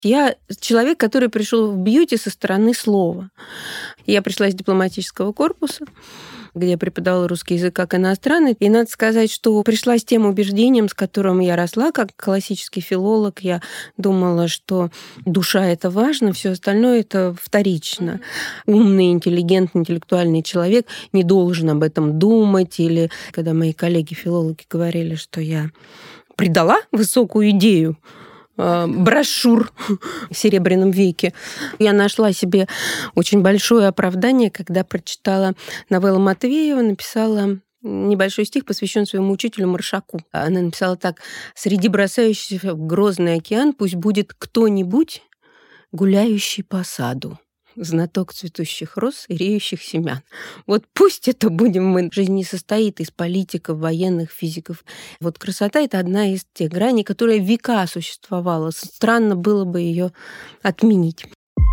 Я человек, который пришел в бьюти со стороны слова. Я пришла из дипломатического корпуса, где я преподавала русский язык как иностранный. И надо сказать, что пришла с тем убеждением, с которым я росла, как классический филолог. Я думала, что душа — это важно, все остальное — это вторично. Умный, интеллигентный, интеллектуальный человек не должен об этом думать. Или когда мои коллеги-филологи говорили, что я предала высокую идею брошюр в Серебряном веке. Я нашла себе очень большое оправдание, когда прочитала новеллу Матвеева, написала небольшой стих, посвящен своему учителю Маршаку. Она написала так: «Среди бросающихся в грозный океан пусть будет кто-нибудь, гуляющий по саду, знаток цветущих роз и реющих семян». Вот пусть это будем мы. Жизнь не состоит из политиков, военных, физиков. Вот красота — это одна из тех граней, которая века существовала. Странно было бы ее отменить.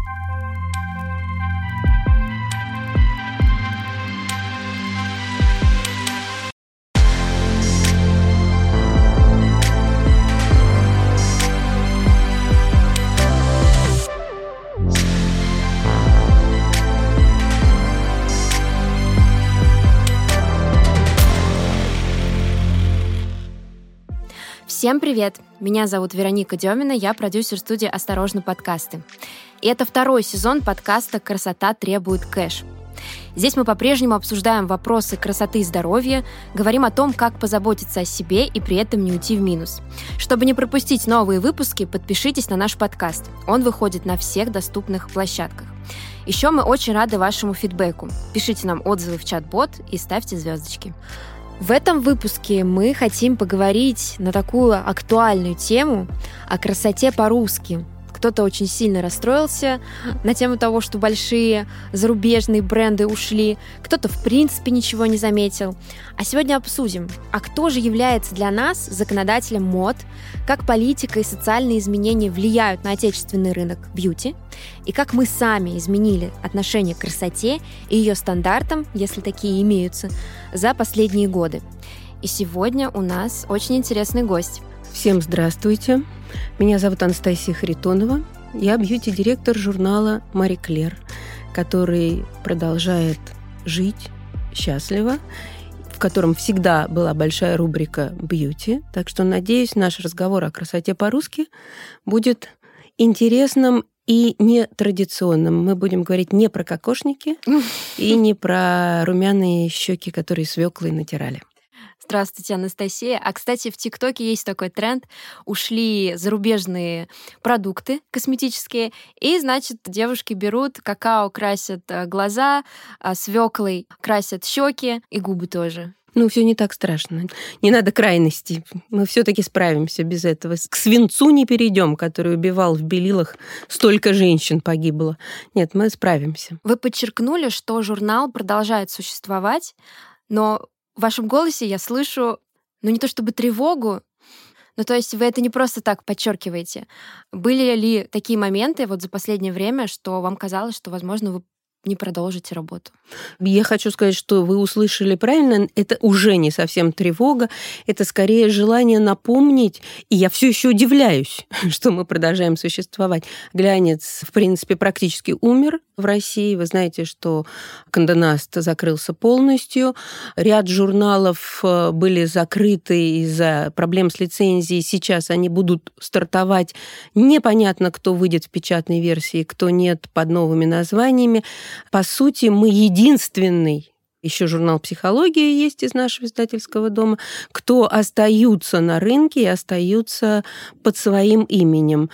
Всем привет! Меня зовут Вероника Демина, я продюсер студии «Осторожно, подкасты». И это второй сезон подкаста «Красота требует кэш». Здесь мы по-прежнему обсуждаем вопросы красоты и здоровья, говорим о том, как позаботиться о себе и при этом не уйти в минус. Чтобы не пропустить новые выпуски, подпишитесь на наш подкаст. Он выходит на всех доступных площадках. Еще мы очень рады вашему фидбэку. Пишите нам отзывы в чат-бот и ставьте звездочки. В этом выпуске мы хотим поговорить на такую актуальную тему о красоте по-русски. Кто-то очень сильно расстроился на тему того, что большие зарубежные бренды ушли, кто-то в принципе ничего не заметил. А сегодня обсудим, а кто же является для нас законодателем мод, как политика и социальные изменения влияют на отечественный рынок бьюти, и как мы сами изменили отношение к красоте и ее стандартам, если такие имеются, за последние годы. И сегодня у нас очень интересный гость. Всем здравствуйте. Меня зовут Анастасия Харитонова. Я бьюти-директор журнала «Мари Клер», который продолжает жить счастливо, в котором всегда была большая рубрика «Бьюти». Так что, надеюсь, наш разговор о красоте по-русски будет интересным и нетрадиционным. Мы будем говорить не про кокошники и не про румяные щеки, которые свеклой натирали. Здравствуйте, Анастасия. А, кстати, в ТикТоке есть такой тренд. Ушли зарубежные продукты косметические, и, значит, девушки берут какао, красят глаза, свеклой красят щеки и губы тоже. Все не так страшно. Не надо крайностей. Мы все-таки справимся без этого. К свинцу не перейдем, который убивал в Белилах, столько женщин погибло. Нет, мы справимся. Вы подчеркнули, что журнал продолжает существовать, но в вашем голосе я слышу, не то чтобы тревогу, но то есть вы это не просто так подчеркиваете. Были ли такие моменты вот за последнее время, что вам казалось, что, возможно, вы не продолжите работу? Я хочу сказать, что вы услышали правильно, это уже не совсем тревога, это скорее желание напомнить, и я все еще удивляюсь, что мы продолжаем существовать. Глянец, в принципе, практически умер в России. Вы знаете, что Condé Nast закрылся полностью. Ряд журналов были закрыты из-за проблем с лицензией. Сейчас они будут стартовать. Непонятно, кто выйдет в печатной версии, кто нет, под новыми названиями. По сути, мы единственный, еще журнал «Психология» есть из нашего издательского дома, кто остаются на рынке и остаются под своим именем.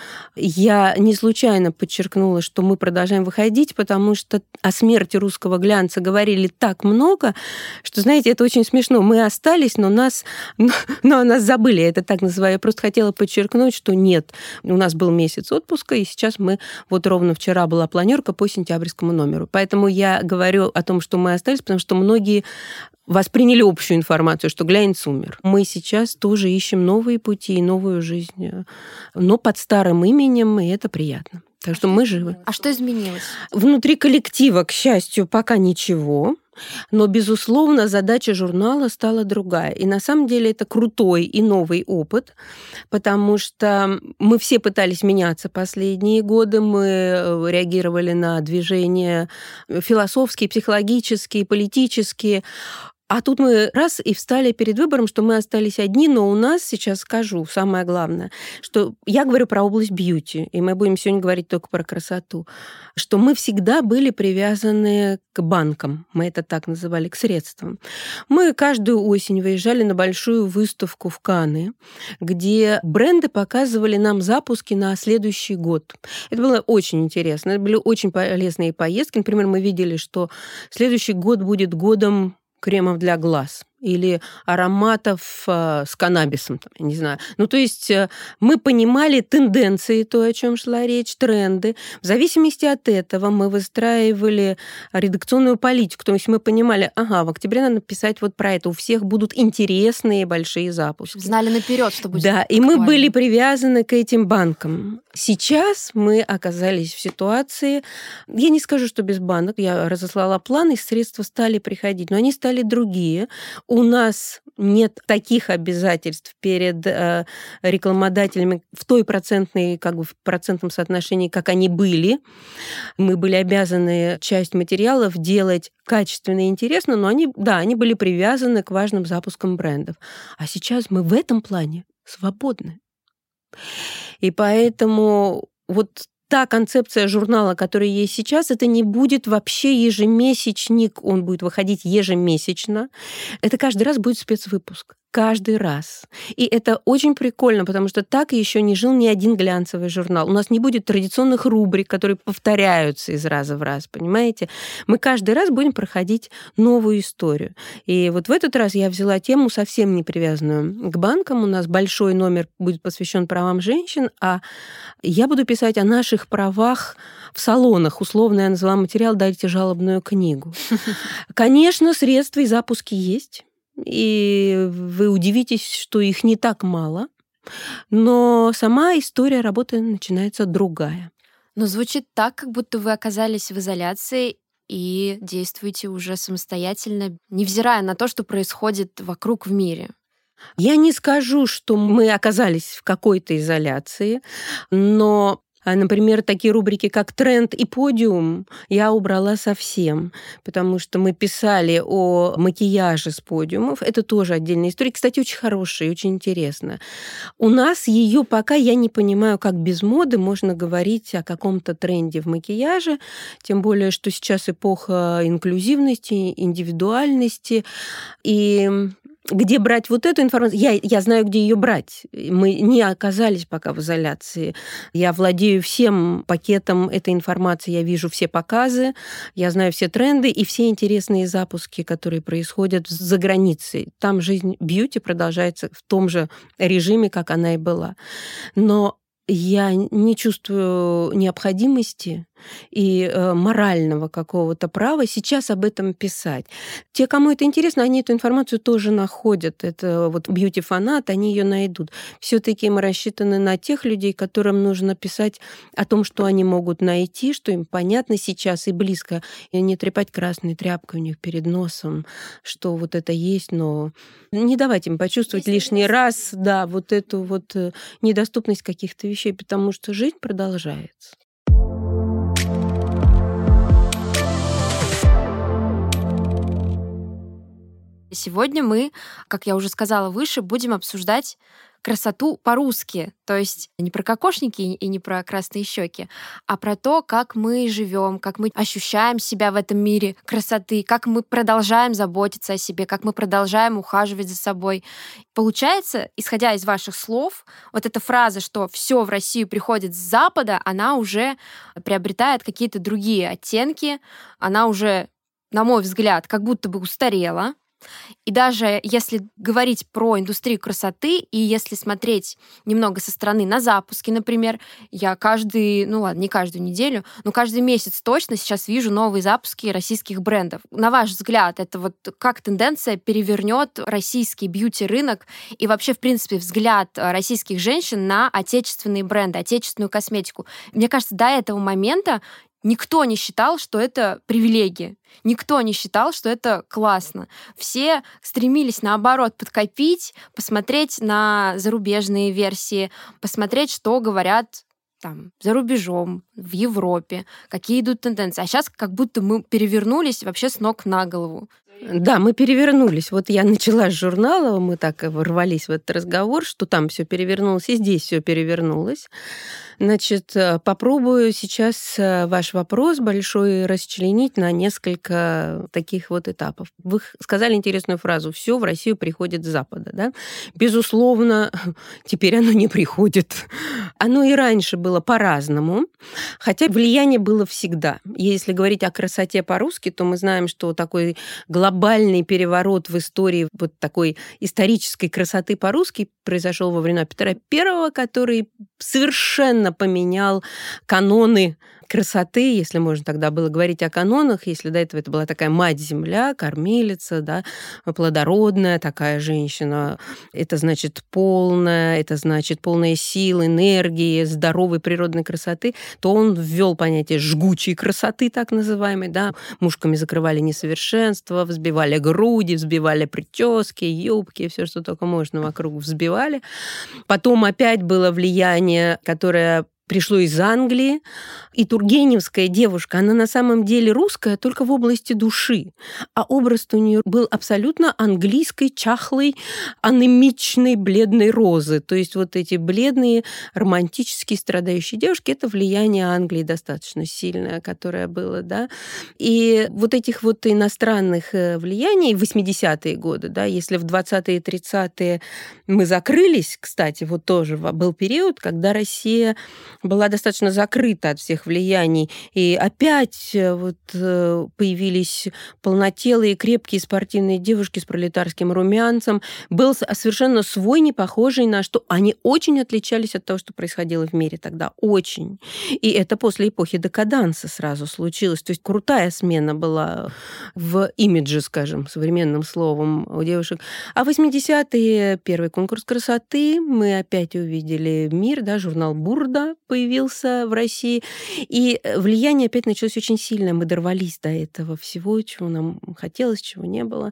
Я не случайно подчеркнула, что мы продолжаем выходить, потому что о смерти русского глянца говорили так много, что, знаете, это очень смешно. Мы остались, но о нас забыли. Я это так называю. Я просто хотела подчеркнуть, что нет. У нас был месяц отпуска, и сейчас мы, вот ровно вчера была планерка по сентябрьскому номеру. Поэтому я говорю о том, что мы остались, потому что многие восприняли общую информацию, что глянец умер. Мы сейчас тоже ищем новые пути и новую жизнь, но под старым именем, и это приятно. Так что мы живы. А что изменилось? Внутри коллектива, к счастью, пока ничего. Но, безусловно, задача журнала стала другая. И на самом деле это крутой и новый опыт, потому что мы все пытались меняться последние годы, мы реагировали на движения философские, психологические, политические. А тут мы раз и встали перед выбором, что мы остались одни, но у нас, сейчас скажу, самое главное, что я говорю про область бьюти, и мы будем сегодня говорить только про красоту, что мы всегда были привязаны к банкам, мы это так называли, к средствам. Мы каждую осень выезжали на большую выставку в Канны, где бренды показывали нам запуски на следующий год. Это было очень интересно, это были очень полезные поездки. Например, мы видели, что следующий год будет годом кремов для глаз или ароматов с каннабисом, я не знаю. Ну, то есть мы понимали тенденции, то, о чем шла речь, тренды. В зависимости от этого мы выстраивали редакционную политику. То есть мы понимали, в октябре надо писать вот про это. У всех будут интересные большие запуски. Знали наперед, что будет. Да, и мы были привязаны к этим банкам. Сейчас мы оказались в ситуации, я не скажу, что без банок, я разослала план, и средства стали приходить, но они стали другие. У нас нет таких обязательств перед рекламодателями в той процентной, в процентном соотношении, как они были. Мы были обязаны часть материалов делать качественно и интересно, но они были привязаны к важным запускам брендов. А сейчас мы в этом плане свободны. И поэтому вот та концепция журнала, которая есть сейчас, это не будет вообще ежемесячник, он будет выходить ежемесячно. Это каждый раз будет спецвыпуск. Каждый раз. И это очень прикольно, потому что так еще не жил ни один глянцевый журнал. У нас не будет традиционных рубрик, которые повторяются из раза в раз, понимаете? Мы каждый раз будем проходить новую историю. И вот в этот раз я взяла тему совсем не привязанную к банкам. У нас большой номер будет посвящен правам женщин, а я буду писать о наших правах в салонах. Условно я назвала материал «Дайте жалобную книгу». Конечно, средства и запуски есть. И вы удивитесь, что их не так мало, но сама история работы начинается другая. Но звучит так, как будто вы оказались в изоляции и действуете уже самостоятельно, невзирая на то, что происходит вокруг в мире. Я не скажу, что мы оказались в какой-то изоляции, но, например, такие рубрики, как «Тренд» и «Подиум» я убрала совсем, потому что мы писали о макияже с подиумов. Это тоже отдельная история. Кстати, очень хорошая и очень интересная. У нас ее пока я не понимаю, как без моды можно говорить о каком-то тренде в макияже, тем более, что сейчас эпоха инклюзивности, индивидуальности, и где брать вот эту информацию? Я знаю, где ее брать. Мы не оказались пока в изоляции. Я владею всем пакетом этой информации, я вижу все показы, я знаю все тренды и все интересные запуски, которые происходят за границей. Там жизнь бьюти продолжается в том же режиме, как она и была. Но я не чувствую необходимости и морального какого-то права сейчас об этом писать. Те, кому это интересно, они эту информацию тоже находят. Это вот бьюти-фанат, они ее найдут. Все-таки мы рассчитаны на тех людей, которым нужно писать о том, что они могут найти, что им понятно сейчас и близко, и не трепать красной тряпкой у них перед носом, что вот это есть, но не давать им почувствовать лишний раз, вот эту вот недоступность каких-то вещей, потому что жизнь продолжается. Сегодня мы, как я уже сказала выше, будем обсуждать красоту по-русски. То есть не про кокошники и не про красные щеки, а про то, как мы живем, как мы ощущаем себя в этом мире красоты, как мы продолжаем заботиться о себе, как мы продолжаем ухаживать за собой. Получается, исходя из ваших слов, вот эта фраза, что все в Россию приходит с Запада, она уже приобретает какие-то другие оттенки, она уже, на мой взгляд, как будто бы устарела. И даже если говорить про индустрию красоты, и если смотреть немного со стороны на запуски, например, я не каждую неделю, но каждый месяц точно сейчас вижу новые запуски российских брендов. На ваш взгляд, это вот как тенденция перевернет российский бьюти-рынок и вообще, в принципе, взгляд российских женщин на отечественные бренды, отечественную косметику? Мне кажется, до этого момента никто не считал, что это привилегия. Никто не считал, что это классно. Все стремились, наоборот, подкопить, посмотреть на зарубежные версии, посмотреть, что говорят там, за рубежом, в Европе, какие идут тенденции. А сейчас как будто мы перевернулись вообще с ног на голову. Да, мы перевернулись. Вот я начала с журнала, мы так ворвались в этот разговор, что там все перевернулось, и здесь все перевернулось. Значит, попробую сейчас ваш вопрос большой расчленить на несколько таких вот этапов. Вы сказали интересную фразу: «Все в Россию приходит с Запада». Да? Безусловно, теперь оно не приходит. Оно и раньше было по-разному, хотя влияние было всегда. Если говорить о красоте по-русски, то мы знаем, что такой глобальный переворот в истории вот такой исторической красоты по-русски произошел во времена Петра I, который совершенно поменял каноны красоты, если можно тогда было говорить о канонах, если до этого это была такая мать-земля, кормилица, да, плодородная такая женщина. Это значит полная, это значит полная сил, энергии, здоровой природной красоты, то он ввел понятие жгучей красоты, так называемой, да. Мушками закрывали несовершенства, взбивали груди, взбивали прически, юбки, все, что только можно вокруг взбивали. Потом опять было влияние, которое пришло из Англии, и тургеневская девушка, она на самом деле русская только в области души, а образ у нее был абсолютно английской, чахлой, анемичной, бледной розы. То есть вот эти бледные, романтические, страдающие девушки, это влияние Англии достаточно сильное, которое было, да. И вот этих вот иностранных влияний в 80-е годы, да, если в 20-е и 30-е мы закрылись, кстати, вот тоже был период, когда Россия была достаточно закрыта от всех влияний. И опять вот появились полнотелые, крепкие спортивные девушки с пролетарским румянцем. Был совершенно свой, не похожий на что. Они очень отличались от того, что происходило в мире тогда. Очень. И это после эпохи декаданса сразу случилось. То есть крутая смена была в имидже, скажем, современным словом, у девушек. А 80-е, первый конкурс красоты, мы опять увидели мир, да, журнал «Бурда» появился в России. И влияние опять началось очень сильное. Мы дорвались до этого всего, чего нам хотелось, чего не было.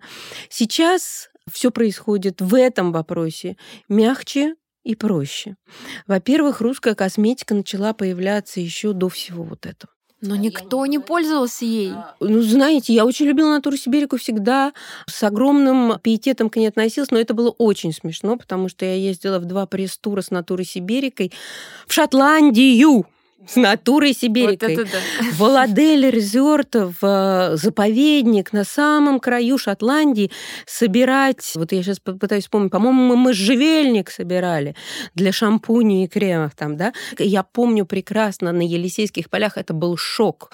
Сейчас все происходит в этом вопросе мягче и проще. Во-первых, русская косметика начала появляться еще до всего вот этого. Но никто не пользовался ей. Ну, знаете, я очень любила «Натуру Сибирику», всегда с огромным пиететом к ней относилась, но это было очень смешно, потому что я ездила в 2 пресс-тура с «Натурой Сибирикой» в Шотландию. С «Натурой Сибирикой». Вот это да. В Аладель резорт, в заповедник на самом краю Шотландии собирать... Вот я сейчас пытаюсь вспомнить, по-моему, мы можжевельник собирали для шампуней и кремов там, да. Я помню прекрасно, на Елисейских полях это был шок.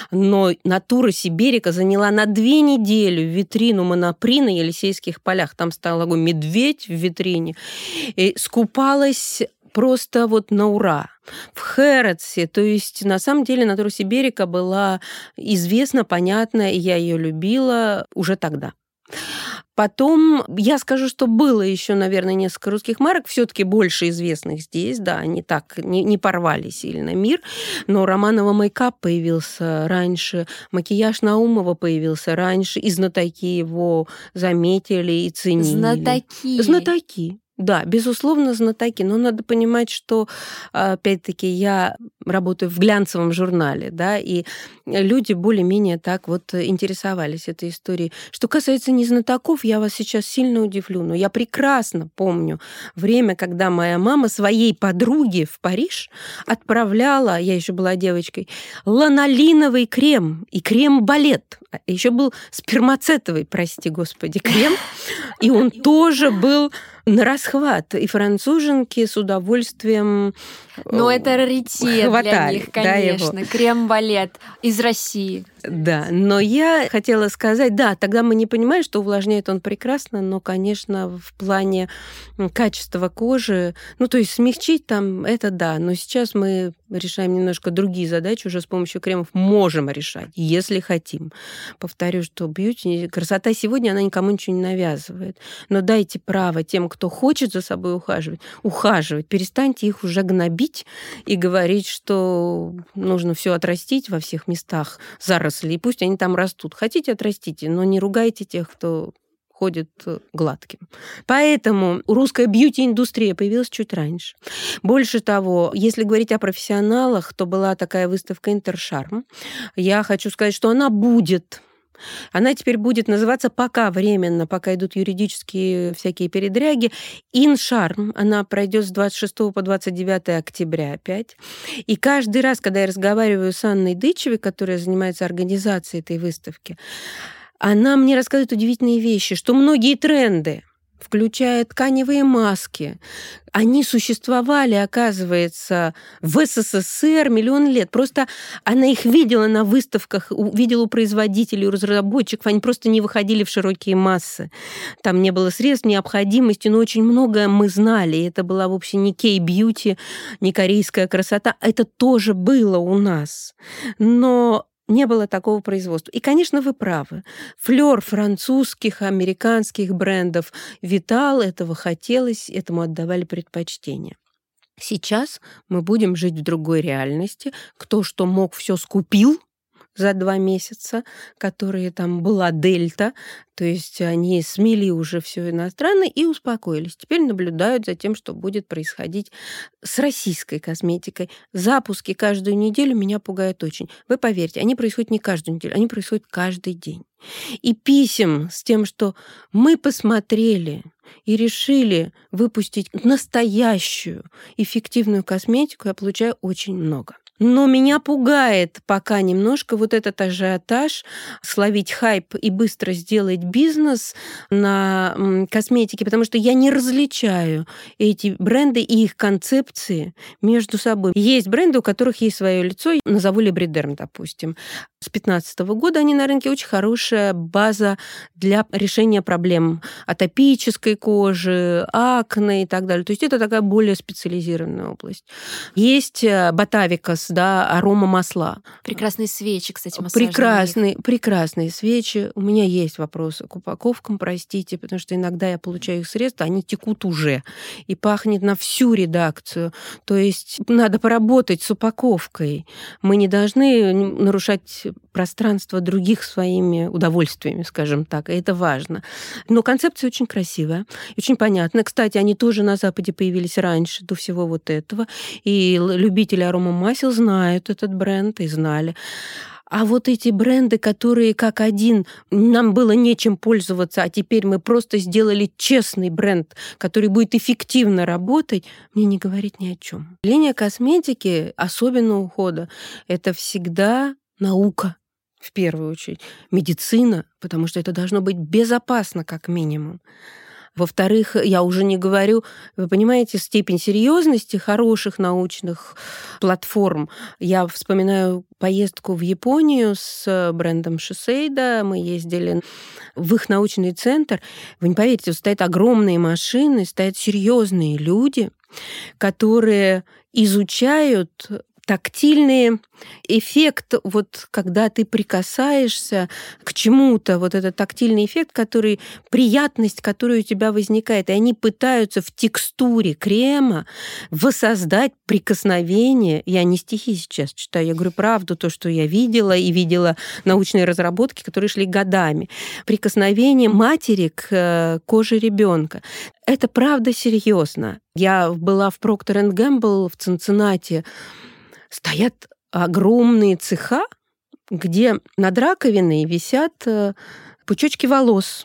Но «Натура Сибирика» заняла на 2 недели витрину Монопри на Елисейских полях. Там стал такой медведь в витрине. И скупалась просто вот на ура. В Хэрротсе, то есть на самом деле «Натура Сибирика» была известна, понятна, и я ее любила уже тогда. Потом, я скажу, что было еще, наверное, несколько русских марок, все-таки больше известных здесь, да, они так не порвали сильно мир, но Романова мейкап появился раньше, макияж Наумова появился раньше, и знатоки его заметили и ценили. Знатоки. Да, безусловно, знатоки, но надо понимать, что, опять-таки, я работаю в глянцевом журнале, да, и люди более-менее так вот интересовались этой историей. Что касается незнатоков, я вас сейчас сильно удивлю, но я прекрасно помню время, когда моя мама своей подруге в Париж отправляла, я еще была девочкой, ланолиновый крем и крем-балет. Еще был спермацетовый, прости господи, крем, и он тоже был на расхват. И француженки с удовольствием Но это раритет для них, конечно. Да, крем-балет из России. Да, но я хотела сказать, да, тогда мы не понимали, что увлажняет он прекрасно, но, конечно, в плане качества кожи, ну, то есть смягчить там, это да, но сейчас мы решаем немножко другие задачи, уже с помощью кремов можем решать, если хотим. Повторю, что бьюти, красота сегодня, она никому ничего не навязывает. Но дайте право тем, кто хочет за собой ухаживать. Перестаньте их уже гнобить и говорить, что нужно все отрастить во всех местах, заросли, и пусть они там растут. Хотите, отрастите, но не ругайте тех, кто ходит гладким. Поэтому русская бьюти-индустрия появилась чуть раньше. Больше того, если говорить о профессионалах, то была такая выставка «Интершарм». Я хочу сказать, что она будет. Она теперь будет называться пока временно, пока идут юридические всякие передряги, «Иншарм». Она пройдет с 26 по 29 октября опять. И каждый раз, когда я разговариваю с Анной Дычевой, которая занимается организацией этой выставки, она мне рассказывает удивительные вещи, что многие тренды, включая тканевые маски, они существовали, оказывается, в СССР миллион лет. Просто она их видела на выставках, видела у производителей, у разработчиков. Они просто не выходили в широкие массы. Там не было средств, необходимости, но очень многое мы знали. И это была вовсе не кей-бьюти, не корейская красота. Это тоже было у нас. Но не было такого производства. И, конечно, вы правы. Флёр французских, американских брендов витал, этого хотелось, этому отдавали предпочтение. Сейчас мы будем жить в другой реальности. Кто что мог, все скупил за 2 месяца, которые там была дельта, то есть они смели уже все иностранное и успокоились. Теперь наблюдают за тем, что будет происходить с российской косметикой. Запуски каждую неделю меня пугают очень. Вы поверьте, они происходят не каждую неделю, они происходят каждый день. И писем с тем, что мы посмотрели и решили выпустить настоящую эффективную косметику, я получаю очень много. Но меня пугает пока немножко вот этот ажиотаж, словить хайп и быстро сделать бизнес на косметике, потому что я не различаю эти бренды и их концепции между собой. Есть бренды, у которых есть свое лицо, назову Либридерм, допустим. С 2015 года они на рынке, очень хорошая база для решения проблем атопической кожи, акне и так далее. То есть это такая более специализированная область. Есть Ботавикас, да, аромамасла. Прекрасные свечи, кстати, массажные. Прекрасные свечи. У меня есть вопросы к упаковкам, простите, потому что иногда я получаю их средства, они текут уже и пахнет на всю редакцию. То есть надо поработать с упаковкой. Мы не должны нарушать пространство других своими удовольствиями, скажем так, и это важно. Но концепция очень красивая, очень понятная. Кстати, они тоже на Западе появились раньше, до всего вот этого, и любители аромамасел знают этот бренд и знали. А вот эти бренды, которые как один, нам было нечем пользоваться, а теперь мы просто сделали честный бренд, который будет эффективно работать, мне не говорить ни о чем. Линия косметики, особенно ухода, это всегда наука, в первую очередь, медицина, потому что это должно быть безопасно, как минимум. Во-вторых, я уже не говорю, вы понимаете, степень серьезности хороших научных платформ. Я вспоминаю поездку в Японию с брендом Shiseido. Мы ездили в их научный центр. Вы не поверите, стоят огромные машины, стоят серьезные люди, которые изучают тактильный эффект, вот когда ты прикасаешься к чему-то, вот этот тактильный эффект, который, приятность, которая у тебя возникает, и они пытаются в текстуре крема воссоздать прикосновение. Я не стихи сейчас читаю, я говорю правду, то, что я видела, и видела научные разработки, которые шли годами. Прикосновение матери к коже ребенка. Это правда серьезно. Я была в Procter & Gamble в Цинциннати. Стоят огромные цеха, где над раковиной висят пучочки волос.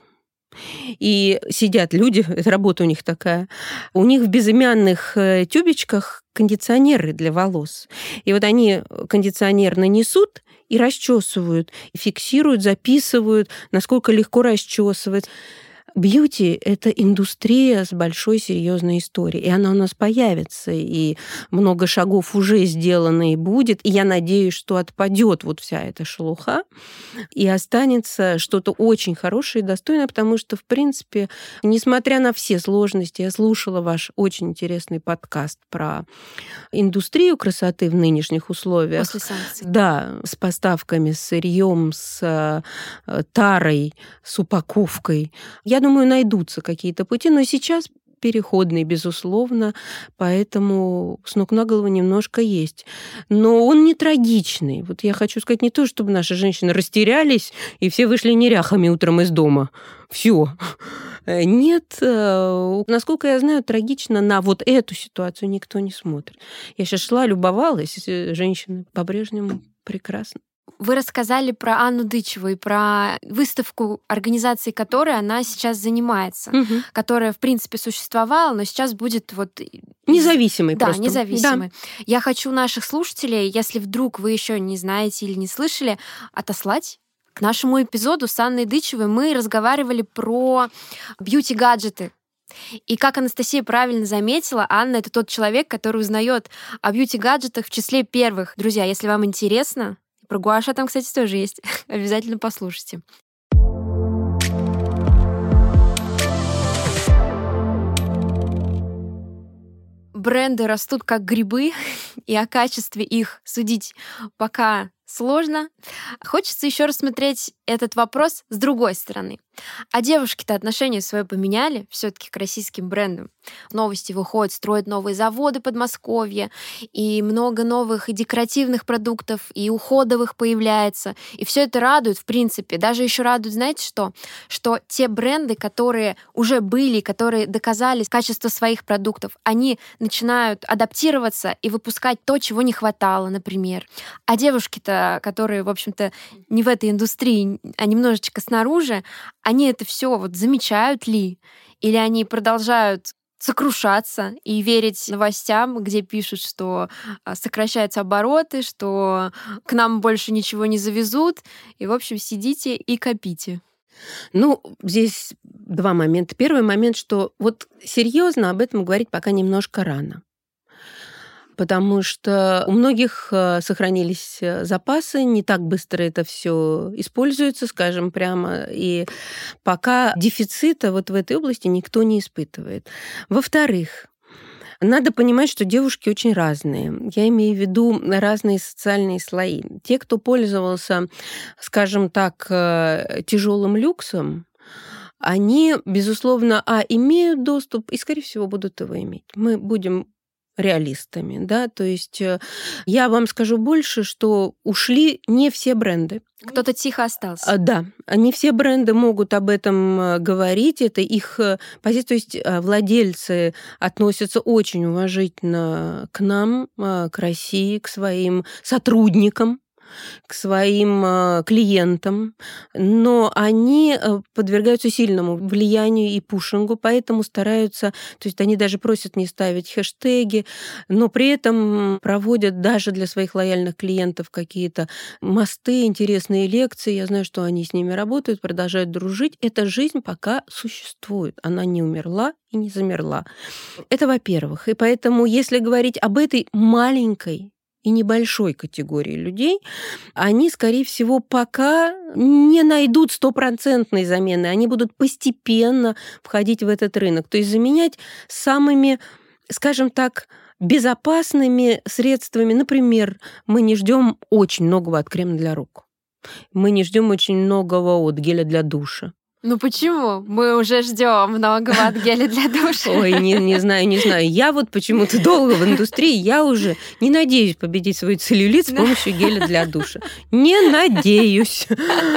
И сидят люди, это работа у них такая, у них в безымянных тюбичках кондиционеры для волос. И вот они кондиционер нанесут и расчесывают, фиксируют, записывают, насколько легко расчесывать. Бьюти — это индустрия с большой серьезной историей, и она у нас появится, и много шагов уже сделано и будет, и я надеюсь, что отпадет вот вся эта шелуха, и останется что-то очень хорошее и достойное, потому что, в принципе, несмотря на все сложности, я слушала ваш очень интересный подкаст про индустрию красоты в нынешних условиях. После санкций. Да, с поставками, с сырьем, с тарой, с упаковкой. Я думаю, найдутся какие-то пути, но сейчас переходный, безусловно, поэтому с ног на голову немножко есть. Но он не трагичный. Вот я хочу сказать не то, чтобы наши женщины растерялись и все вышли неряхами утром из дома. Все. Нет, насколько я знаю, трагично на вот эту ситуацию никто не смотрит. Я сейчас шла, любовалась, женщины по-прежнему прекрасны. Вы рассказали про Анну Дычеву и про выставку, организацией которой она сейчас занимается, которая, в принципе, существовала, но сейчас будет вот... Независимой да, просто. Независимой. Да. Я хочу наших слушателей, если вдруг вы еще не знаете или не слышали, отослать к нашему эпизоду с Анной Дычевой. Мы разговаривали про бьюти-гаджеты. И как Анастасия правильно заметила, Анна — это тот человек, который узнает о бьюти-гаджетах в числе первых. Друзья, если вам интересно, про гуаша там, кстати, тоже есть. Обязательно послушайте. Бренды растут как грибы, и о качестве их судить пока сложно. Хочется еще рассмотреть этот вопрос с другой стороны. А девушки-то отношение свое поменяли все-таки к российским брендам. Новости выходят, строят новые заводы в Подмосковье, и много новых и декоративных продуктов, и уходовых появляется. И все это радует, в принципе. Даже еще радует, знаете что? Что те бренды, которые уже были, которые доказали качество своих продуктов, они начинают адаптироваться и выпускать то, чего не хватало, например. А девушки-то, которые, в общем-то, не в этой индустрии, а немножечко снаружи, они это все вот замечают ли? Или они продолжают сокрушаться и верить новостям, где пишут, что сокращаются обороты, что к нам больше ничего не завезут. И, в общем, сидите и копите. Ну, здесь два момента. Первый момент, что вот серьезно об этом говорить пока немножко рано. Потому что у многих сохранились запасы, не так быстро это все используется, скажем прямо, и пока дефицита вот в этой области никто не испытывает. Во-вторых, надо понимать, что девушки очень разные. Я имею в виду разные социальные слои. Те, кто пользовался, скажем так, тяжелым люксом, они, безусловно, имеют доступ и, скорее всего, будут его иметь. Мы будем реалистами, да, то есть я вам скажу больше, что ушли не все бренды. Кто-то тихо остался. Да, не все бренды могут об этом говорить, это их позиция, то есть владельцы относятся очень уважительно к нам, к России, к своим сотрудникам, к своим клиентам, но они подвергаются сильному влиянию и пушингу, поэтому стараются, то есть они даже просят не ставить хэштеги, но при этом проводят даже для своих лояльных клиентов какие-то мосты, интересные лекции. Я знаю, что они с ними работают, продолжают дружить. Эта жизнь пока существует, она не умерла и не замерла. Это во-первых. И поэтому, если говорить об этой маленькой и небольшой категории людей, они, скорее всего, пока не найдут стопроцентной замены. Они будут постепенно входить в этот рынок. То есть заменять самыми, скажем так, безопасными средствами. Например, мы не ждем очень многого от крема для рук. Мы не ждем очень многого от геля для душа. Ну почему? Мы уже ждем многого от геля для душа. Ой, не знаю. Я вот почему-то долго в индустрии, я уже не надеюсь победить свой целлюлит с помощью геля для душа. Не надеюсь.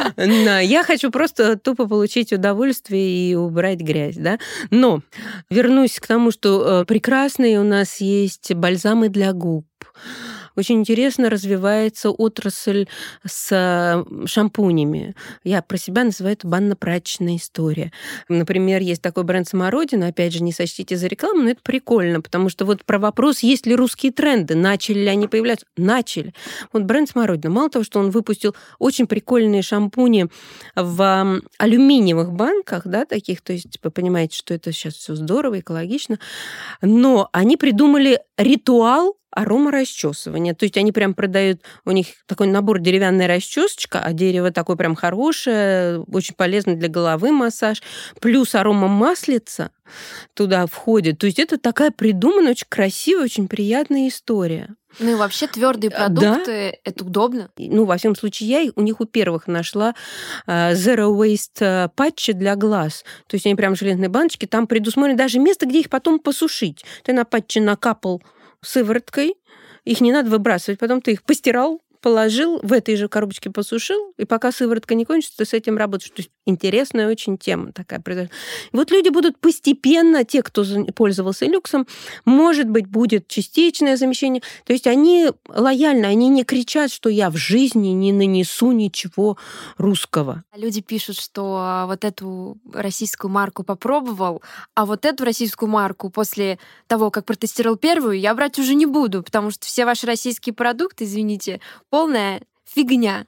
Я хочу просто тупо получить удовольствие и убрать грязь, да. Но вернусь к тому, что прекрасные у нас есть бальзамы для губ. очень интересно развивается отрасль с шампунями. Я про себя называю это банно-прачечная история. Например, есть такой бренд «Смородина», опять же, не сочтите за рекламу, но это прикольно, потому что вот про вопрос, есть ли русские тренды, начали ли они появляться? Начали. Вот бренд «Смородина», мало того, что он выпустил очень прикольные шампуни в алюминиевых банках, да, таких, то есть вы понимаете, что это сейчас все здорово, экологично, но они придумали ритуал аромарасчесывания. То есть они прям продают, у них такой набор деревянная расчесочка, а дерево такое прям хорошее, очень полезно для головы массаж, плюс аромамаслица туда входит. То есть это такая придуманная, очень красивая, очень приятная история. Ну и вообще твердые продукты, да. Это удобно. Ну, во всяком случае, я у них у первых нашла Zero Waste патчи для глаз. То есть они прям железные баночки, там предусмотрено даже место, где их потом посушить. Ты на патчи накапал сывороткой, их не надо выбрасывать, потом ты их постирал, положил, в этой же коробочке посушил, и пока сыворотка не кончится, ты с этим работаешь. То есть интересная очень тема такая произошла. Вот люди будут постепенно, те, кто пользовался люксом, может быть, будет частичное замещение. То есть они лояльны, они не кричат, что я в жизни не нанесу ничего русского. Люди пишут, что вот эту российскую марку попробовал, а вот эту российскую марку после того, как протестировал первую, я брать уже не буду, потому что все ваши российские продукты, извините, полная фигня.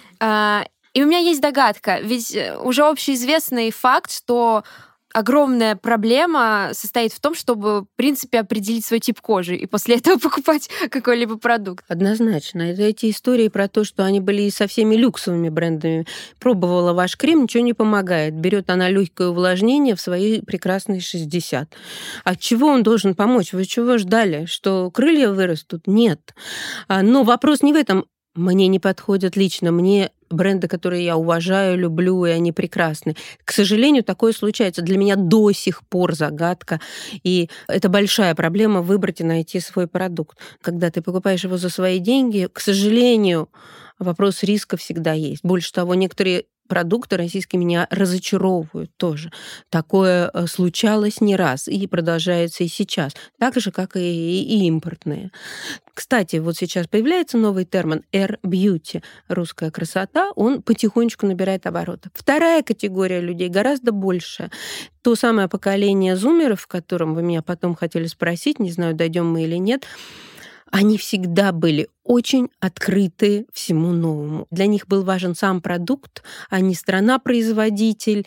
И у меня есть догадка, ведь уже общеизвестный факт, что огромная проблема состоит в том, чтобы, в принципе, определить свой тип кожи и после этого покупать какой-либо продукт. Однозначно. Это эти истории про то, что они были со всеми люксовыми брендами. Пробовала ваш крем, ничего не помогает. Берет она легкое увлажнение в свои прекрасные 60. От чего он должен помочь? Вы чего ждали? Что крылья вырастут? Нет. Но вопрос не в этом. Мне не подходят лично. Мне бренды, которые я уважаю, люблю, и они прекрасны. К сожалению, такое случается. Для меня до сих пор загадка. И это большая проблема выбрать и найти свой продукт. Когда ты покупаешь его за свои деньги, к сожалению, вопрос риска всегда есть. Больше того, некоторые продукты российские меня разочаровывают тоже. Такое случалось не раз и продолжается и сейчас. Так же, как и импортные. Кстати, вот сейчас появляется новый термин Air Beauty, русская красота, он потихонечку набирает обороты. Вторая категория людей гораздо больше. То самое поколение зумеров, в котором вы меня потом хотели спросить, не знаю, дойдем мы или нет, они всегда были очень открыты всему новому. Для них был важен сам продукт, а не страна-производитель,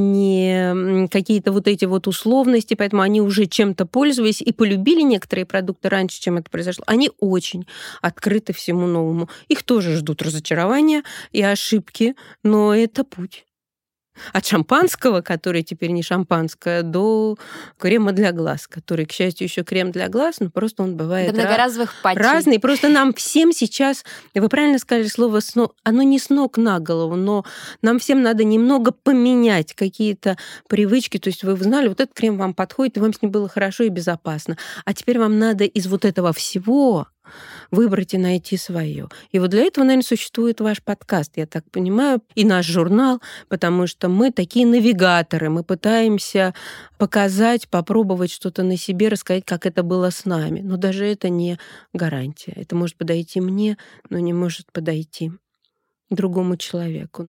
не какие-то вот эти вот условности, поэтому они уже чем-то пользовались и полюбили некоторые продукты раньше, чем это произошло. Они очень открыты всему новому. Их тоже ждут разочарования и ошибки, но это путь. От шампанского, который теперь не шампанское, до крема для глаз, который, к счастью, еще крем для глаз, но просто он бывает многоразовых патчей. Разный. Просто нам всем сейчас, вы правильно сказали слово оно не с ног на голову, но нам всем надо немного поменять какие-то привычки. То есть вы знали, вот этот крем вам подходит, и вам с ним было хорошо и безопасно. А теперь вам надо из вот этого всего выбрать и найти свое. И вот для этого, наверное, существует ваш подкаст, я так понимаю, и наш журнал, потому что мы такие навигаторы, мы пытаемся показать, попробовать что-то на себе, рассказать, как это было с нами. Но даже это не гарантия. Это может подойти мне, но не может подойти другому человеку.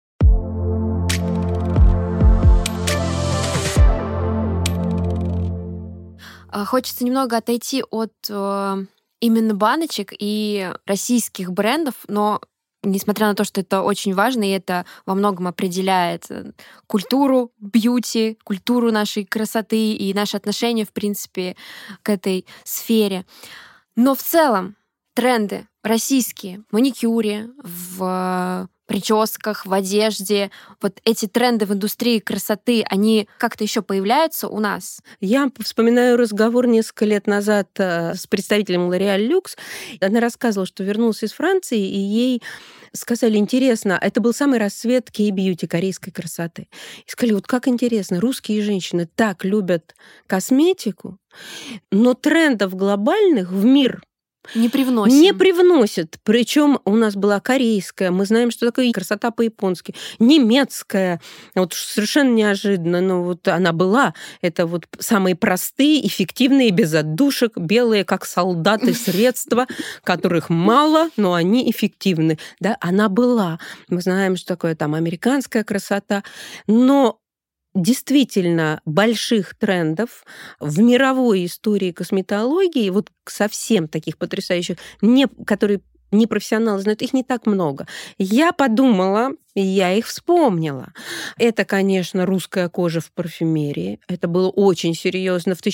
Хочется немного отойти от именно баночек и российских брендов, но несмотря на то, что это очень важно, и это во многом определяет культуру бьюти, культуру нашей красоты и наше отношение, в принципе, к этой сфере. Но в целом тренды российские в маникюре, в прическах, в одежде, вот эти тренды в индустрии красоты, они как-то еще появляются у нас? Я вспоминаю разговор несколько лет назад с представителем L'Oréal Luxe. Она рассказывала, что вернулась из Франции, и ей сказали, интересно, это был самый расцвет кей-бьюти, корейской красоты. И сказали, вот как интересно, русские женщины так любят косметику, но трендов глобальных в мир Не привносим. Не привносят. Причем у нас была корейская, мы знаем, что такое красота по-японски, немецкая, вот совершенно неожиданно, но вот она была. Это вот самые простые, эффективные, без отдушек, белые, как солдаты, средства, которых мало, но они эффективны. Да, она была. Мы знаем, что такое там американская красота, но действительно больших трендов в мировой истории косметологии, вот совсем таких потрясающих, которые непрофессионалы знают, их не так много. Я подумала, я их вспомнила. Это, конечно, русская кожа в парфюмерии. Это было очень серьезно. В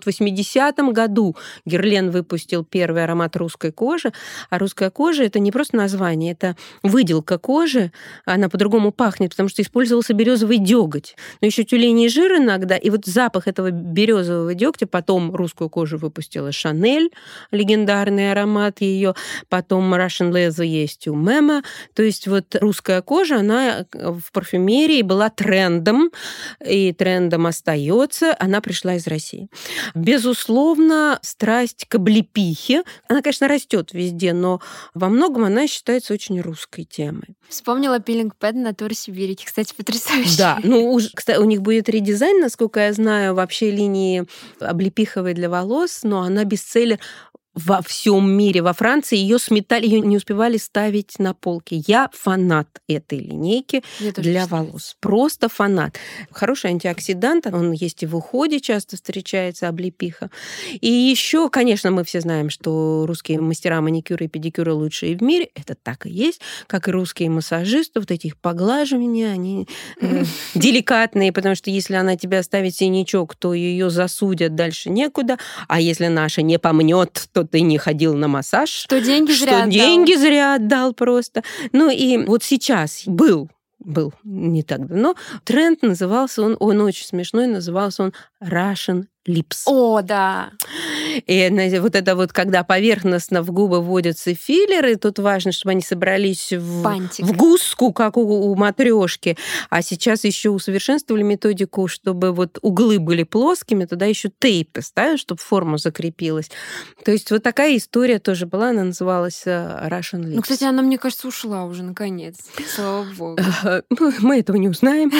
1880 году Герлен выпустил первый аромат русской кожи. А русская кожа — это не просто название, это выделка кожи. Она по-другому пахнет, потому что использовался березовый деготь. Но еще тюленей жир иногда. И вот запах этого березового дегтя. Потом русскую кожу выпустила Шанель, легендарный аромат ее. Потом Russian Leather есть у Мема. То есть вот русская кожа, она в парфюмерии была трендом, и трендом остается. Она пришла из России. Безусловно, страсть к облепихе, она, конечно, растет везде, но во многом она считается очень русской темой. Вспомнила пилинг-пэд Натура Сибирь. Кстати, потрясающе. Да, ну, кстати, у них будет редизайн, насколько я знаю, вообще линии облепиховой для волос, но она бестселлер во всем мире. Во Франции ее сметали, ее не успевали ставить на полке. Я фанат этой линейки для волос. Просто фанат. Хороший антиоксидант, он есть и в уходе, часто встречается облепиха. И еще, конечно, мы все знаем, что русские мастера маникюра и педикюра лучшие в мире. Это так и есть, как и русские массажисты. Вот эти их поглаживания, они деликатные, потому что если она тебе оставит синячок, то ее засудят, дальше некуда. А если наша не помнет, то ты не ходил на массаж. Что деньги зря отдал. Деньги зря отдал просто. Ну и вот сейчас был не так давно, тренд назывался, он очень смешной, назывался он Russian Lips. О, да. И вот это вот, когда поверхностно в губы вводятся филлеры, тут важно, чтобы они собрались в гуску, как у матрешки. А сейчас еще усовершенствовали методику, чтобы вот углы были плоскими, туда еще тейпы ставят, чтобы форма закрепилась. То есть вот такая история тоже была, она называлась Russian Lips. Ну, кстати, она, мне кажется, ушла уже наконец. Слава богу. Мы этого не узнаем.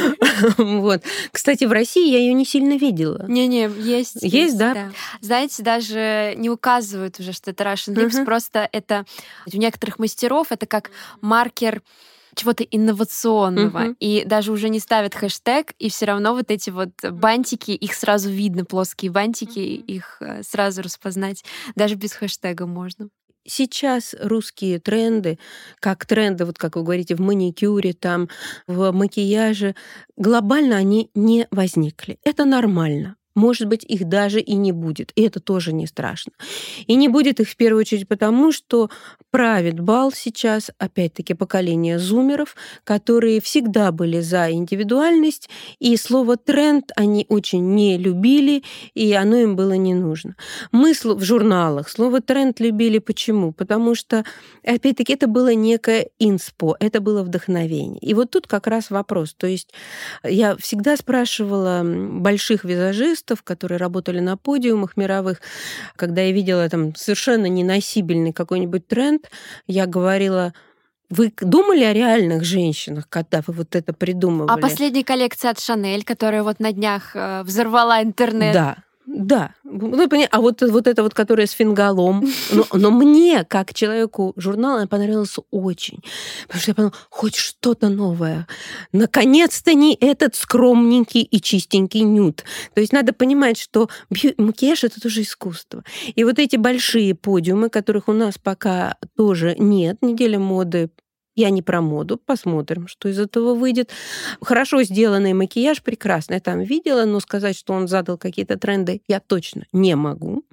Вот. Кстати, в России я ее не сильно видела. Не-не, есть. Есть, да? Знаете, даже не указывают уже, что это Russian Lips, просто это у некоторых мастеров это как маркер чего-то инновационного. И даже уже не ставят хэштег, и все равно вот эти вот бантики, их сразу видно, плоские бантики, их сразу распознать. Даже без хэштега можно. Сейчас русские тренды, как тренды, вот как вы говорите, в маникюре, там, в макияже, глобально они не возникли. Это нормально. Может быть, их даже и не будет. И это тоже не страшно. И не будет их в первую очередь потому, что правит бал сейчас, опять-таки, поколение зумеров, которые всегда были за индивидуальность, и слово «тренд» они очень не любили, и оно им было не нужно. Мы в журналах слово «тренд» любили. Почему? Потому что, опять-таки, это было некое инспо, это было вдохновение. И вот тут как раз вопрос. То есть я всегда спрашивала больших визажистов, которые работали на подиумах мировых, когда я видела там совершенно неносибельный какой-нибудь тренд, я говорила: вы думали о реальных женщинах, когда вы вот это придумывали? А последняя коллекция от Шанель, которая вот на днях взорвала интернет. Да. А вот это вот, которая с фингалом. Но мне, как человеку журнала, она понравилась очень. Потому что я подумала, хоть что-то новое. Наконец-то не этот скромненький и чистенький нюд. То есть надо понимать, что макияж — это тоже искусство. И вот эти большие подиумы, которых у нас пока тоже нет, неделя моды. Я не про моду, посмотрим, что из этого выйдет. Хорошо сделанный макияж, прекрасно. Я там видела, но сказать, что он задал какие-то тренды, я точно не могу.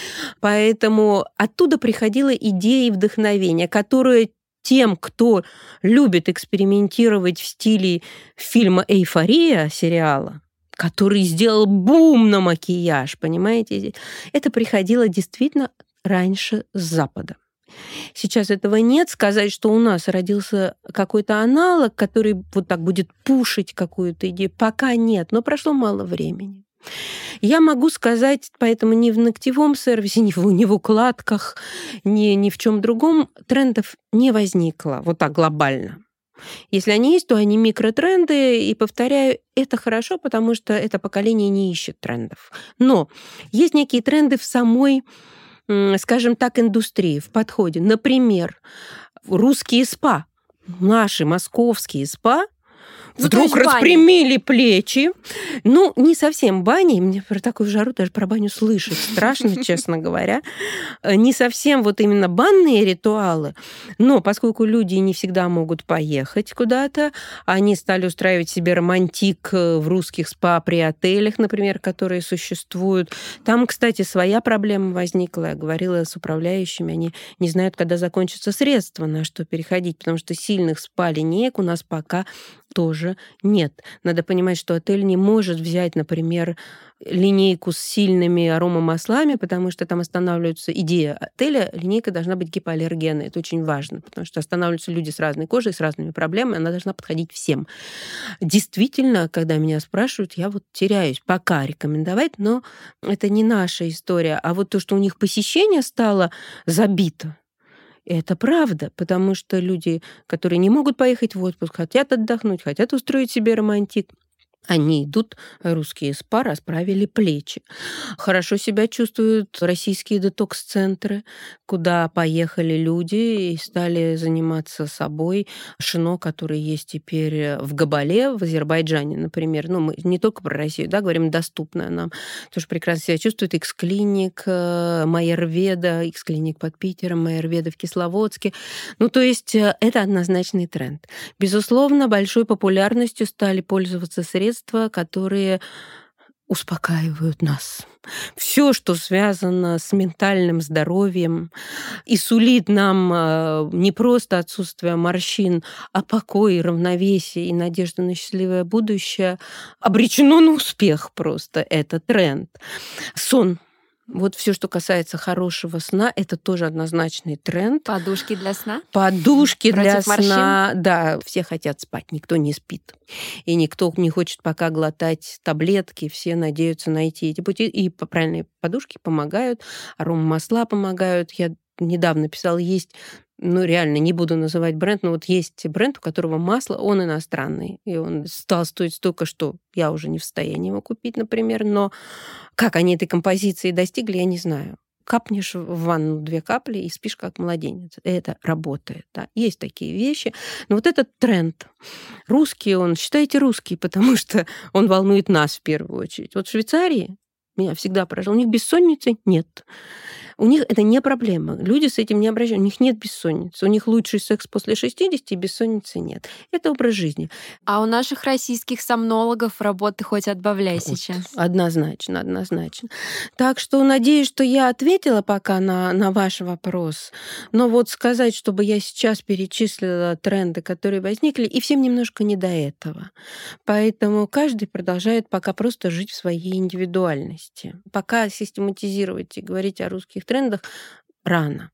Поэтому оттуда приходила идея и вдохновение, которое тем, кто любит экспериментировать в стиле фильма «Эйфория», сериала, который сделал бум на макияж, понимаете? Это приходило действительно раньше с Запада. Сейчас этого нет. Сказать, что у нас родился какой-то аналог, который вот так будет пушить какую-то идею, пока нет. Но прошло мало времени. Я могу сказать, поэтому ни в ногтевом сервисе, ни в укладках, ни в чем другом трендов не возникло вот так глобально. Если они есть, то они микротренды, и, повторяю, это хорошо, потому что это поколение не ищет трендов. Но есть некие тренды в самой, скажем так, индустрии, в подходе. Например, русские спа, наши московские спа, вдруг распрямили плечи. Ну, не совсем бани. Мне про такую жару даже про баню слышать страшно, честно говоря. Не совсем вот именно банные ритуалы. Но поскольку люди не всегда могут поехать куда-то, они стали устраивать себе романтик в русских спа при отелях, например, которые существуют. Там, кстати, своя проблема возникла. Я говорила с управляющими. Они не знают, когда закончатся средства, на что переходить, потому что сильных спа-линеек у нас пока тоже нет. Надо понимать, что отель не может взять, например, линейку с сильными аромамаслами, потому что там останавливается идея отеля, линейка должна быть гипоаллергенной. Это очень важно, потому что останавливаются люди с разной кожей, с разными проблемами, она должна подходить всем. Действительно, когда меня спрашивают, я вот теряюсь пока рекомендовать, но это не наша история. А вот то, что у них посещение стало забито, это правда, потому что люди, которые не могут поехать в отпуск, хотят отдохнуть, хотят устроить себе романтик, они идут, русские спа, расправили плечи. Хорошо себя чувствуют российские детокс-центры, куда поехали люди и стали заниматься собой. Шино, который есть теперь в Габале, в Азербайджане, например. Ну, мы не только про Россию, да, говорим, доступная нам. Тоже прекрасно себя чувствует. Икс-клиник, Майерведа, Икс-клиник под Питером, Майерведа в Кисловодске. Ну, то есть это однозначный тренд. Безусловно, большой популярностью стали пользоваться средства, которые успокаивают нас. Все, что связано с ментальным здоровьем и сулит нам не просто отсутствие морщин, а покой, равновесие и надежду на счастливое будущее, обречено на успех просто. Это тренд. Сон. Вот все, что касается хорошего сна, это тоже однозначный тренд. Подушки для сна? Подушки для Против сна. морщин? Да, все хотят спать, никто не спит. И никто не хочет пока глотать таблетки. Все надеются найти эти пути. И правильные подушки помогают, аромамасла помогают. Я недавно писала, есть, ну, реально, не буду называть бренд, но вот есть бренд, у которого масло, он иностранный. И он стал стоить столько, что я уже не в состоянии его купить, например. Но как они этой композиции достигли, я не знаю. Капнешь в ванну 2 капли и спишь как младенец. Это работает. Да. Есть такие вещи. Но вот этот тренд. Русский он, считайте русский, потому что он волнует нас в первую очередь. Вот в Швейцарии меня всегда поражало, у них бессонницы нет. У них это не проблема. Люди с этим не обращаются. У них нет бессонницы. У них лучший секс после 60, и бессонницы нет. Это образ жизни. А у наших российских сомнологов работы хоть отбавляй Вот. сейчас. Однозначно, однозначно. Так что надеюсь, что я ответила пока на ваш вопрос. Но вот сказать, чтобы я сейчас перечислила тренды, которые возникли, и всем немножко не до этого. Поэтому каждый продолжает пока просто жить в своей индивидуальности. Пока систематизировать и говорить о русских трендах рано.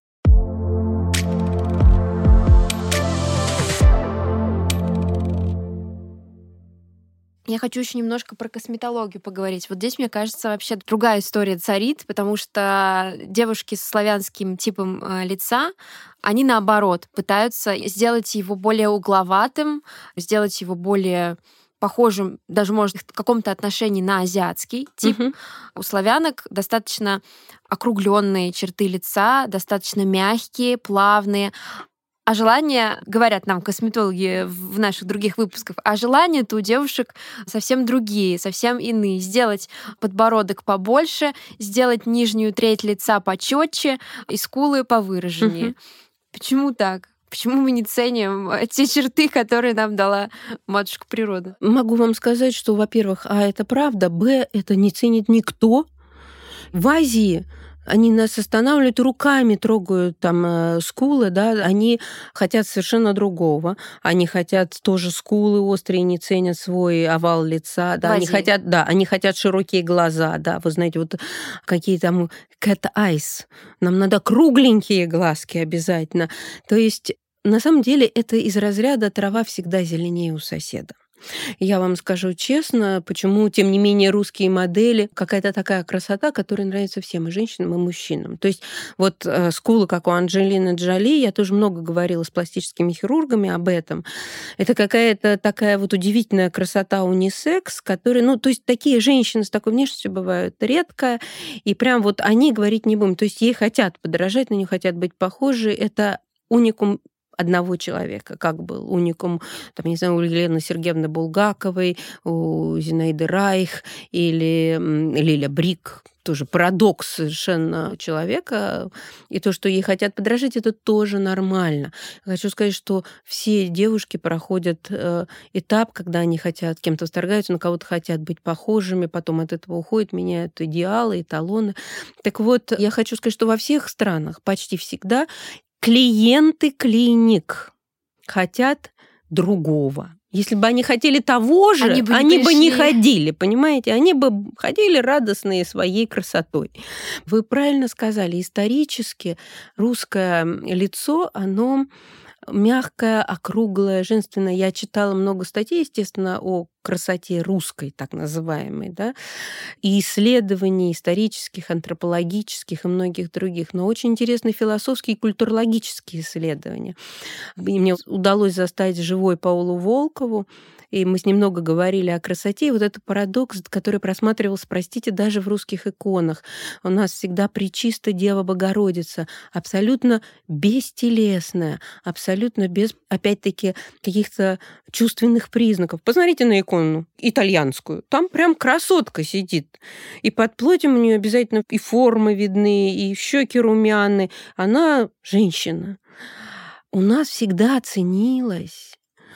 Я хочу еще немножко про косметологию поговорить. Вот здесь, мне кажется, вообще другая история царит, потому что девушки с славянским типом лица, они, наоборот, пытаются сделать его более угловатым, сделать его более похожим, даже, может, в каком-то отношении на азиатский тип. У славянок достаточно округленные черты лица, достаточно мягкие, плавные. А желания, говорят нам косметологи в наших других выпусках, а желания-то у девушек совсем другие, совсем иные. Сделать подбородок побольше, сделать нижнюю треть лица почетче и скулы повыраженнее. Почему так? Почему мы не ценим те черты, которые нам дала матушка природа? Могу вам сказать, что, во-первых, это правда, это не ценит никто. В Азии они нас останавливают, руками трогают там скулы, да, они хотят совершенно другого. Они хотят тоже скулы острые, не ценят свой овал лица, да, они хотят широкие глаза, да, вы знаете, вот какие там cat eyes. Нам надо кругленькие глазки обязательно. То есть на самом деле это из разряда трава всегда зеленее у соседа. Я вам скажу честно, почему, тем не менее, русские модели, какая-то такая красота, которая нравится всем, и женщинам, и мужчинам. То есть вот скулы, как у Анджелины Джоли, я тоже много говорила с пластическими хирургами об этом. Это какая-то такая вот удивительная красота унисекс, которая, ну, то есть такие женщины с такой внешностью бывают редко, и прям вот они говорить не будем. То есть ей хотят подражать, на нее хотят быть похожи. Это уникум одного человека, как был уникум, там, не знаю, у Елены Сергеевны Булгаковой, у Зинаиды Райх или Лиля Брик, тоже парадокс совершенно человека. И то, что ей хотят подражать, это тоже нормально. Хочу сказать, что все девушки проходят этап, когда они хотят, кем-то восторгаются, на кого-то хотят быть похожими, потом от этого уходят, меняют идеалы, эталоны. Так вот, я хочу сказать, что во всех странах почти всегда клиенты клиник хотят другого. Если бы они хотели того же, они бы не ходили, понимаете? Они бы ходили радостные своей красотой. Вы правильно сказали, исторически русское лицо, оно мягкое, округлое, женственное. Я читала много статей, естественно, о красоте русской, так называемой, да, и исследований исторических, антропологических и многих других, но очень интересные философские и культурологические исследования. И мне удалось застать живой Паулу Волкову, и мы с ним много говорили о красоте. И вот это парадокс, который просматривался, простите, даже в русских иконах. У нас всегда пречиста Дева Богородица, абсолютно бестелесная, абсолютно без, опять-таки, каких-то чувственных признаков. Посмотрите на икону итальянскую. Там прям красотка сидит. И под плотью у нее обязательно и формы видны, и щеки румяны. Она женщина. У нас всегда ценилась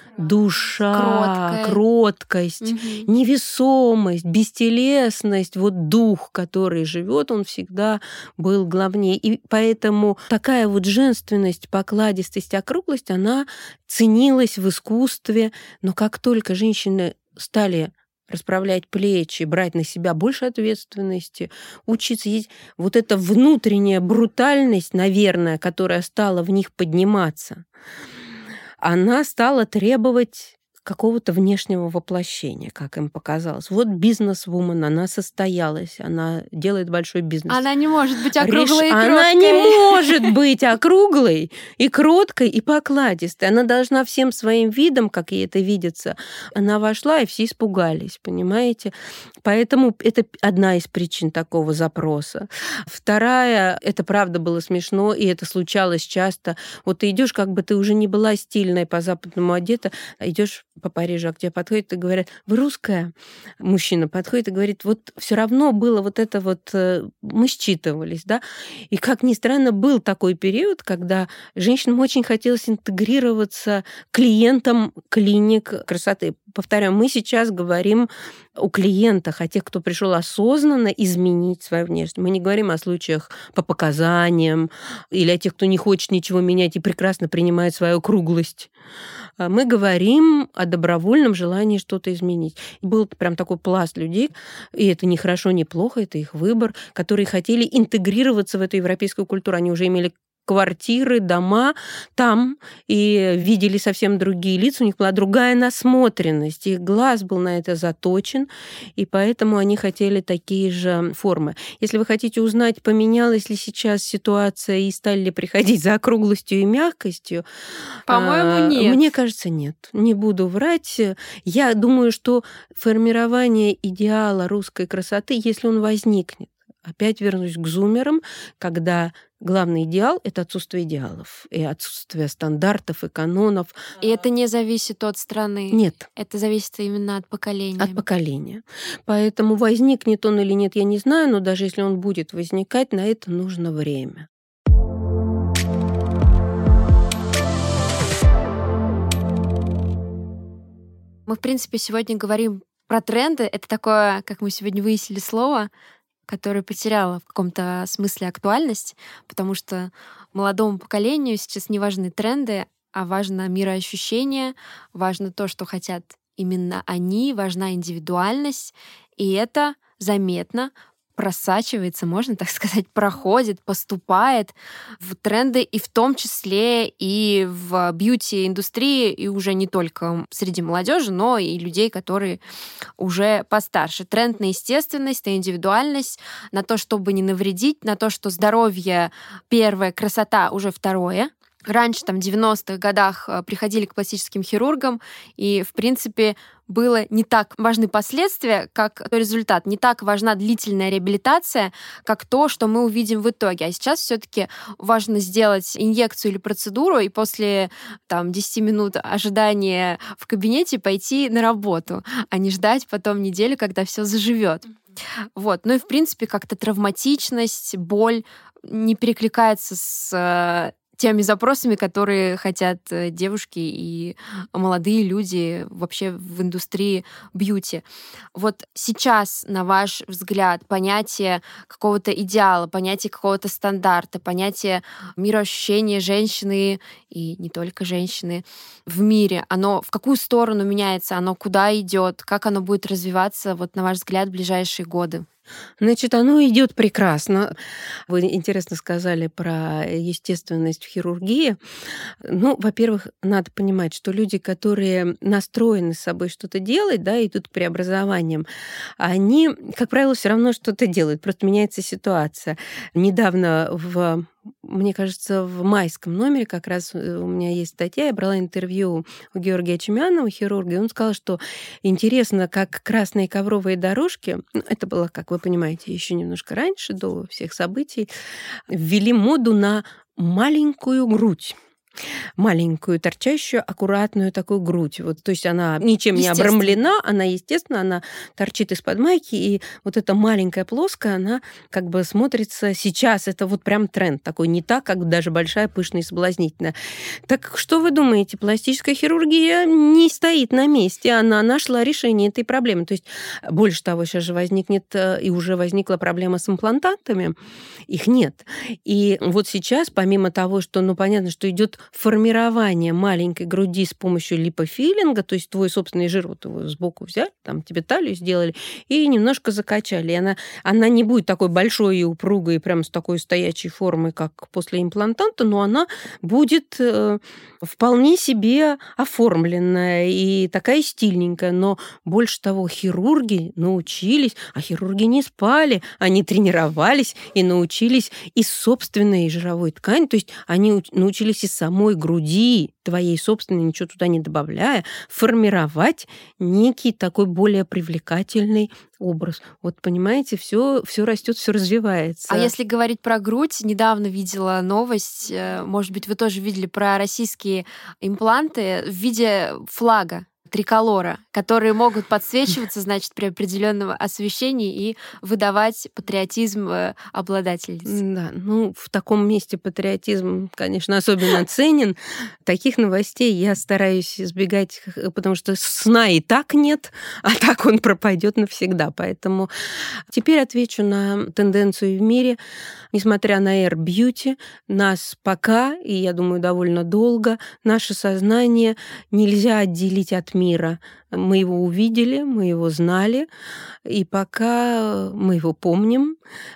душа, кроткость, невесомость, бестелесность, вот дух, который живет, он всегда был главнее. И поэтому такая вот женственность, покладистость, округлость, она ценилась в искусстве. Но как только женщины стали расправлять плечи, брать на себя больше ответственности, учиться. Есть вот эта внутренняя брутальность, наверное, которая стала в них подниматься, она стала требовать какого-то внешнего воплощения, как им показалось. Вот бизнес-вумен, она состоялась, она делает большой бизнес. Она не может быть округлой и кроткой. Она не может быть округлой и кроткой и покладистой. Она должна всем своим видом, как ей это видится, она вошла, и все испугались, понимаете? Поэтому это одна из причин такого запроса. Вторая, это правда было смешно, и это случалось часто. Вот ты идешь, как бы ты уже не была стильной по-западному одета, идешь по Парижу, а к тебе подходит и говорят: вы русская? Мужчина подходит и говорит: вот все равно было вот это вот, мы считывались, да? И, как ни странно, был такой период, когда женщинам очень хотелось интегрироваться клиентам клиник красоты. Повторяю, мы сейчас говорим о клиентах, о тех, кто пришел осознанно изменить свою внешность. Мы не говорим о случаях по показаниям или о тех, кто не хочет ничего менять и прекрасно принимает свою круглость. Мы говорим о добровольном желании что-то изменить. И был прям такой пласт людей, и это не хорошо, не плохо, это их выбор, которые хотели интегрироваться в эту европейскую культуру. Они уже имели квартиры, дома там, и видели совсем другие лица, у них была другая насмотренность, их глаз был на это заточен, и поэтому они хотели такие же формы. Если вы хотите узнать, поменялась ли сейчас ситуация и стали ли приходить за округлостью и мягкостью, по-моему, нет. Мне кажется, нет. Не буду врать. Я думаю, что формирование идеала русской красоты, если он возникнет, опять вернусь к зумерам, когда главный идеал — это отсутствие идеалов и отсутствие стандартов и канонов. И это не зависит от страны? Нет. Это зависит именно от поколения? От поколения. Поэтому возникнет он или нет, я не знаю, но даже если он будет возникать, на это нужно время. Мы, в принципе, сегодня говорим про тренды. Это такое, как мы сегодня выяснили, слово, которое потеряло в каком-то смысле актуальность, потому что молодому поколению сейчас не важны тренды, а важно мироощущение, важно то, что хотят именно они, важна индивидуальность, и это заметно просачивается, можно так сказать, проходит, поступает в тренды и в том числе и в бьюти-индустрии, и уже не только среди молодежи, но и людей, которые уже постарше. Тренд на естественность, на индивидуальность, на то, чтобы не навредить, на то, что здоровье первое, красота уже второе. Раньше, в 90-х годах приходили к пластическим хирургам, и, в принципе, было не так важны последствия, как результат. Не так важна длительная реабилитация, как то, что мы увидим в итоге. А сейчас все-таки важно сделать инъекцию или процедуру, и после 10 минут ожидания в кабинете пойти на работу, а не ждать потом неделю, когда все заживет. Вот. Ну и, в принципе, как-то травматичность, боль не перекликается с теми запросами, которые хотят девушки и молодые люди вообще в индустрии бьюти. Вот сейчас, на ваш взгляд, понятие какого-то идеала, понятие какого-то стандарта, понятие мироощущения женщины и не только женщины в мире, оно в какую сторону меняется, оно куда идет, как оно будет развиваться, вот на ваш взгляд, в ближайшие годы? Значит, оно идет прекрасно. Вы интересно сказали про естественность в хирургии. Ну, во-первых, надо понимать, что люди, которые настроены с собой что-то делать, да, идут к преобразованиям, они, как правило, все равно что-то делают, просто меняется ситуация. Недавно мне кажется, в майском номере как раз у меня есть статья, я брала интервью у Георгия Чемянова, хирурга, и он сказал, что интересно, как красные ковровые дорожки, это было, как вы понимаете, еще немножко раньше, до всех событий, ввели моду на маленькую грудь. Маленькую, торчащую, аккуратную такую грудь. Вот, то есть она ничем не обрамлена, она, естественно, она торчит из-под майки, и вот эта маленькая плоская, она как бы смотрится сейчас, это вот прям тренд такой, не так, как даже большая, пышная и соблазнительная. Так что вы думаете, пластическая хирургия не стоит на месте, она нашла решение этой проблемы. То есть, больше того, сейчас же возникнет, и уже возникла проблема с имплантантами, их нет. И вот сейчас, помимо того, что, понятно, что идет формирование маленькой груди с помощью липофилинга, то есть твой собственный жир вот его сбоку взяли, там тебе талию сделали и немножко закачали. И она не будет такой большой и упругой, и прям с такой стоячей формой, как после имплантанта, но она будет вполне себе оформленная и такая стильненькая. Но больше того, хирурги научились, а хирурги не спали, они тренировались и научились из собственной жировой ткани, то есть они научились из самой груди, твоей собственной, ничего туда не добавляя, формировать некий такой более привлекательный образ. Вот понимаете, все растет, все развивается. А если говорить про грудь, недавно видела новость, может быть, вы тоже видели про российские импланты в виде флага триколора, которые могут подсвечиваться, значит, при определенном освещении и выдавать патриотизм обладательниц. Да, в таком месте патриотизм, конечно, особенно ценен. Таких новостей я стараюсь избегать, потому что сна и так нет, а так он пропадет навсегда. Поэтому теперь отвечу на тенденцию в мире. Несмотря на Air Beauty, нас пока, и я думаю, довольно долго, наше сознание нельзя отделить от мира. Мы его увидели, мы его знали, и пока мы его помним.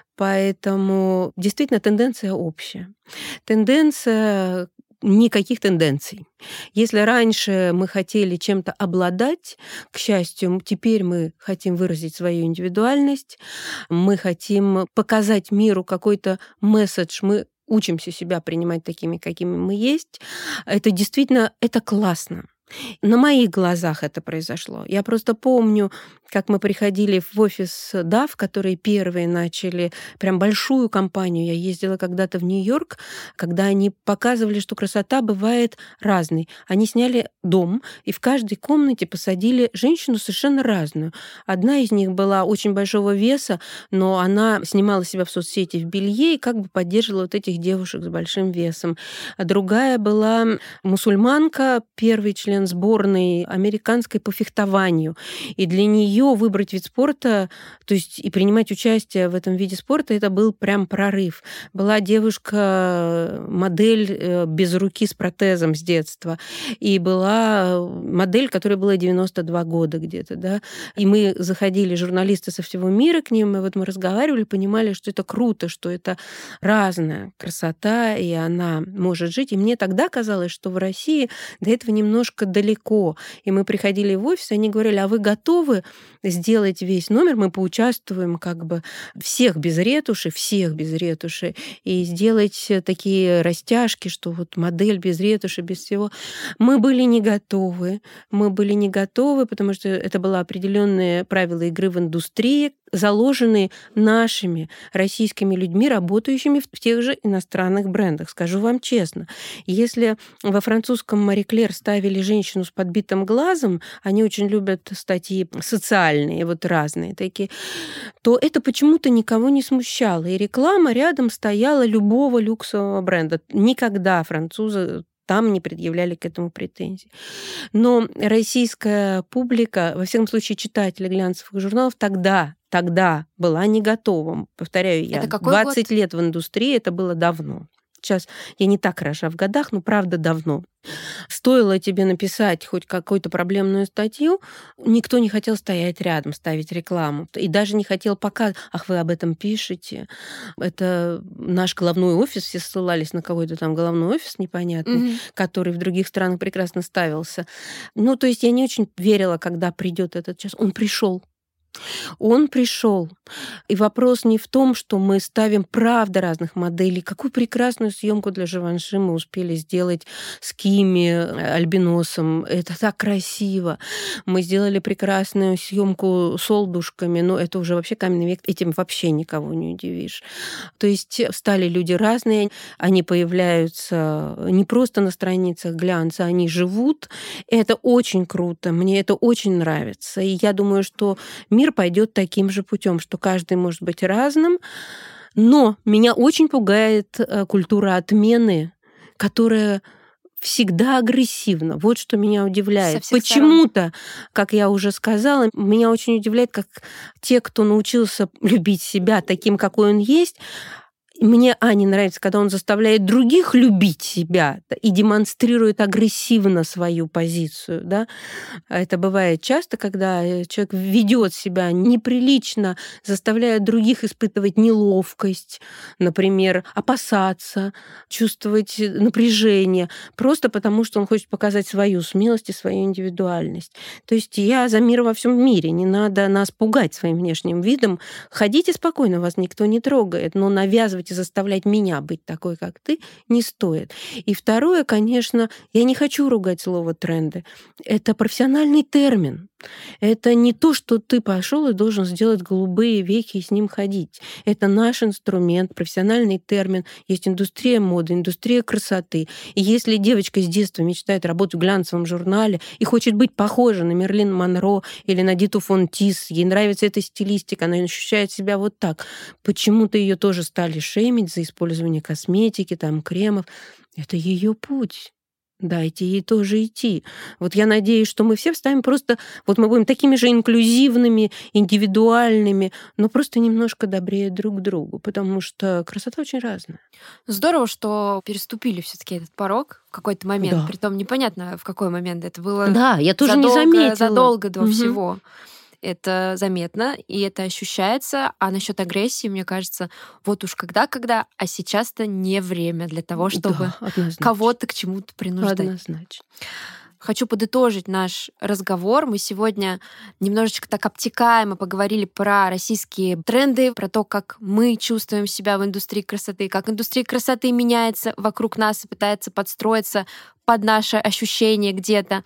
Поэтому действительно тенденция общая. Тенденция никаких тенденций. Если раньше мы хотели чем-то обладать, к счастью, теперь мы хотим выразить свою индивидуальность, мы хотим показать миру какой-то месседж, мы учимся себя принимать такими, какими мы есть. Это действительно, это классно. На моих глазах это произошло. Я просто помню, как мы приходили в офис DAF, которые первые начали прям большую кампанию. Я ездила когда-то в Нью-Йорк, когда они показывали, что красота бывает разной. Они сняли дом, и в каждой комнате посадили женщину совершенно разную. Одна из них была очень большого веса, но она снимала себя в соцсети в белье и как бы поддерживала вот этих девушек с большим весом. А другая была мусульманка, первый член сборной американской по фехтованию. И для нее нее выбрать вид спорта, то есть и принимать участие в этом виде спорта, это был прям прорыв. Была девушка-модель без руки с протезом с детства, и была модель, которой было 92 года где-то, да. И мы заходили, журналисты со всего мира к ним, и вот мы разговаривали, понимали, что это круто, что это разная красота, и она может жить. И мне тогда казалось, что в России до этого немножко далеко. И мы приходили в офис, и они говорили: а вы готовы сделать весь номер, мы поучаствуем как бы всех без ретуши, и сделать такие растяжки, что вот модель без ретуши, без всего. Мы были не готовы, потому что это было определенные правила игры в индустрии, заложенные нашими российскими людьми, работающими в тех же иностранных брендах. Скажу вам честно, если во французском Мари Клер ставили женщину с подбитым глазом, они очень любят статьи социальные, вот разные такие, то это почему-то никого не смущало. И реклама рядом стояла любого люксового бренда. Никогда французы там не предъявляли к этому претензий. Но российская публика, во всяком случае читатели глянцевых журналов, тогда была не готова. Повторяю, я 20 лет в индустрии, это было давно. Сейчас я не так хороша в годах, но правда давно. Стоило тебе написать хоть какую-то проблемную статью, никто не хотел стоять рядом, ставить рекламу. И даже не хотел показывать: ах, вы об этом пишете. Это наш головной офис, все ссылались на какой-то там головной офис непонятный, который в других странах прекрасно ставился. Ну, то есть я не очень верила, когда придет этот час. Он пришел. И вопрос не в том, что мы ставим, правда, разных моделей. Какую прекрасную съемку для Живанши мы успели сделать с Кими, альбиносом. Это так красиво. Мы сделали прекрасную съемку с олдушками. Но это уже вообще каменный век. Этим вообще никого не удивишь. То есть стали люди разные. Они появляются не просто на страницах глянца, они живут. Это очень круто. Мне это очень нравится. И я думаю, что мир пойдет таким же путем, что каждый может быть разным. Но меня очень пугает культура отмены, которая всегда агрессивна. Вот что меня удивляет. Почему-то, как я уже сказала, меня очень удивляет, как те, кто научился любить себя таким, какой он есть, мне не нравится, когда он заставляет других любить себя и демонстрирует агрессивно свою позицию. Да? Это бывает часто, когда человек ведет себя неприлично, заставляя других испытывать неловкость, например, опасаться, чувствовать напряжение, просто потому что он хочет показать свою смелость и свою индивидуальность. То есть я за мир во всем мире. Не надо нас пугать своим внешним видом. Ходите спокойно, вас никто не трогает, но навязывать и заставлять меня быть такой, как ты, не стоит. И второе, конечно, я не хочу ругать слово «тренды». Это профессиональный термин. Это не то, что ты пошел и должен сделать голубые веки и с ним ходить. Это наш инструмент, профессиональный термин. Есть индустрия моды, индустрия красоты. И если девочка с детства мечтает работать в глянцевом журнале и хочет быть похожа на Мерлин Монро или на Диту фон Тис, ей нравится эта стилистика, она ощущает себя вот так. Почему-то ее тоже стали шеймить за использование косметики, там, кремов. Это ее путь. Дайте ей тоже идти. Вот я надеюсь, что мы все вставим просто... Вот мы будем такими же инклюзивными, индивидуальными, но просто немножко добрее друг к другу, потому что красота очень разная. Здорово, что переступили все-таки этот порог в какой-то момент. Да. Притом непонятно, в какой момент это было. Да, я тоже не заметила. Задолго до всего. Это заметно, и это ощущается. А насчет агрессии, мне кажется, вот уж когда, а сейчас-то не время для того, чтобы кого-то к чему-то принуждать. Однозначно. Хочу подытожить наш разговор. Мы сегодня немножечко так обтекаемо поговорили про российские тренды, про то, как мы чувствуем себя в индустрии красоты, как индустрия красоты меняется вокруг нас и пытается подстроиться под наши ощущения где-то.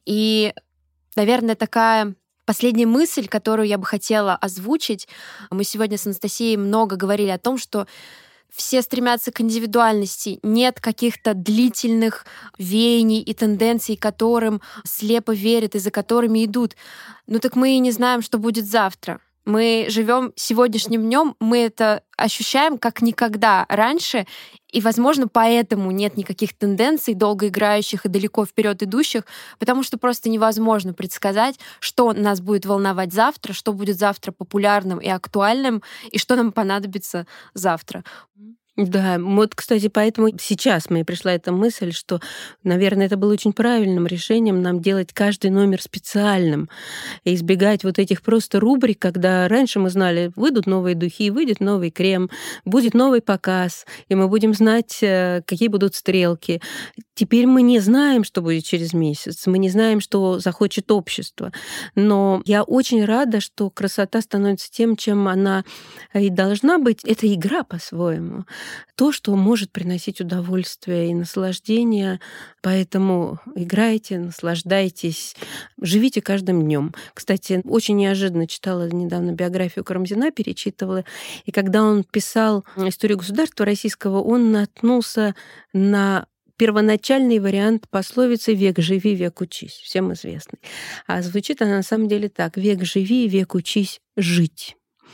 И, наверное, такая последняя мысль, которую я бы хотела озвучить. Мы сегодня с Анастасией много говорили о том, что все стремятся к индивидуальности, нет каких-то длительных веяний и тенденций, которым слепо верят и за которыми идут. Ну так мы и не знаем, что будет завтра. Мы живем сегодняшним днем, мы это ощущаем как никогда раньше, и, возможно, поэтому нет никаких тенденций долгоиграющих и далеко вперед идущих, потому что просто невозможно предсказать, что нас будет волновать завтра, что будет завтра популярным и актуальным, и что нам понадобится завтра. Да, вот, кстати, поэтому сейчас мне пришла эта мысль, что, наверное, это было очень правильным решением нам делать каждый номер специальным и избегать вот этих просто рубрик, когда раньше мы знали, выйдут новые духи, выйдет новый крем, будет новый показ, и мы будем знать, какие будут стрелки. Теперь мы не знаем, что будет через месяц, мы не знаем, что захочет общество. Но я очень рада, что красота становится тем, чем она и должна быть. Это игра по-своему. То, что может приносить удовольствие и наслаждение. Поэтому играйте, наслаждайтесь, живите каждым днем. Кстати, очень неожиданно читала недавно биографию Карамзина, перечитывала, и когда он писал историю государства российского, он наткнулся на первоначальный вариант пословицы «век живи, век учись», всем известный. А звучит она на самом деле так: «Век живи, век учись жить».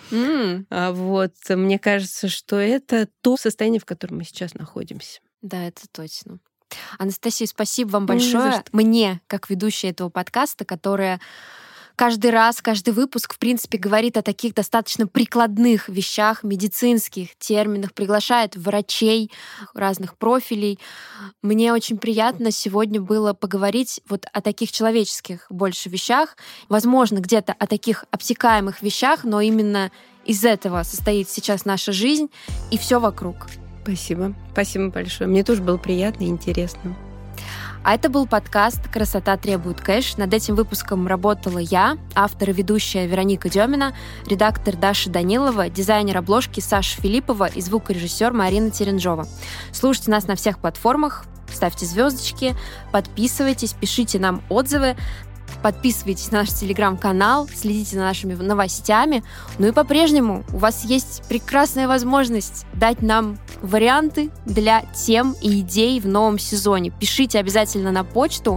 Вот, мне кажется, что это то состояние, в котором мы сейчас находимся. Да, это точно. Анастасия, спасибо вам большое. Мне, как ведущей этого подкаста, которая каждый раз, каждый выпуск, в принципе, говорит о таких достаточно прикладных вещах, медицинских терминах, приглашает врачей разных профилей. Мне очень приятно сегодня было поговорить вот о таких человеческих больше вещах, возможно, где-то о таких обтекаемых вещах, но именно из этого состоит сейчас наша жизнь и все вокруг. Спасибо. Спасибо большое. Мне тоже было приятно и интересно. А это был подкаст «Красота требует кэш». Над этим выпуском работала я, автор и ведущая Вероника Дёмина, редактор Даша Данилова, дизайнер обложки Саша Филиппова и звукорежиссер Марина Теренжова. Слушайте нас на всех платформах, ставьте звездочки, подписывайтесь, пишите нам отзывы, подписывайтесь на наш телеграм-канал, следите за нашими новостями. Ну и по-прежнему у вас есть прекрасная возможность дать нам варианты для тем и идей в новом сезоне. Пишите обязательно на почту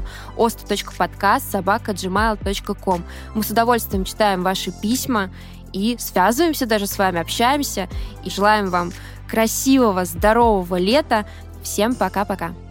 osta.podcast@gmail.com. Мы с удовольствием читаем ваши письма и связываемся даже с вами, общаемся. И желаем вам красивого, здорового лета. Всем пока-пока.